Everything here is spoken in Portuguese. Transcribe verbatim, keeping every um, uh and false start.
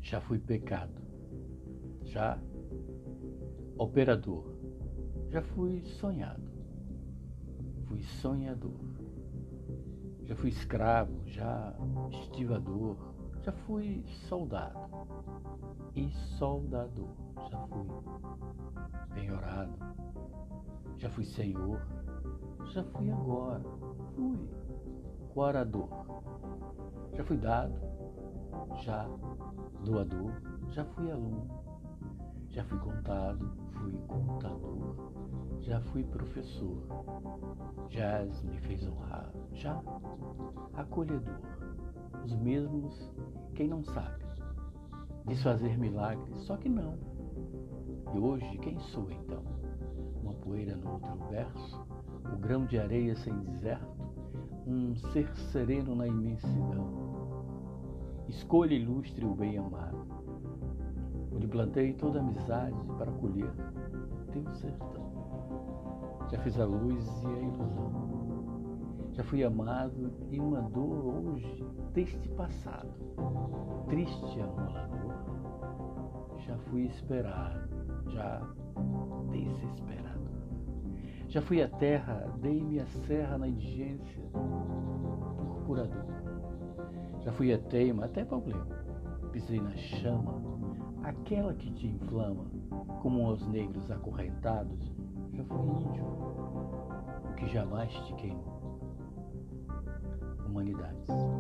Já fui pecado, já operador, já fui sonhado, fui sonhador, já fui escravo, já estivador, já fui soldado e soldador, já fui penhorado, já fui senhor, já fui agora, fui corador, já fui dado, já doador, já fui aluno, já fui contado, fui contador, já fui professor, já me fez honrar, já acolhedor, os mesmos quem não sabe desfazer milagres, só que não. E hoje quem sou então? Uma poeira no outro verso, o grão de areia sem deserto, um ser sereno na imensidão. Escolha ilustre o bem amado, onde plantei toda amizade para colher teu sertão. Já fiz a luz e a ilusão, já fui amado e uma dor hoje deste passado, triste amolador, já fui esperado, já desesperado. Já fui à terra, dei-me a serra na indigência, purpurador. Já fui a teima, até problema, pisei na chama, aquela que te inflama, como aos negros acorrentados. Já fui índio, o que jamais te queimou. Humanidades.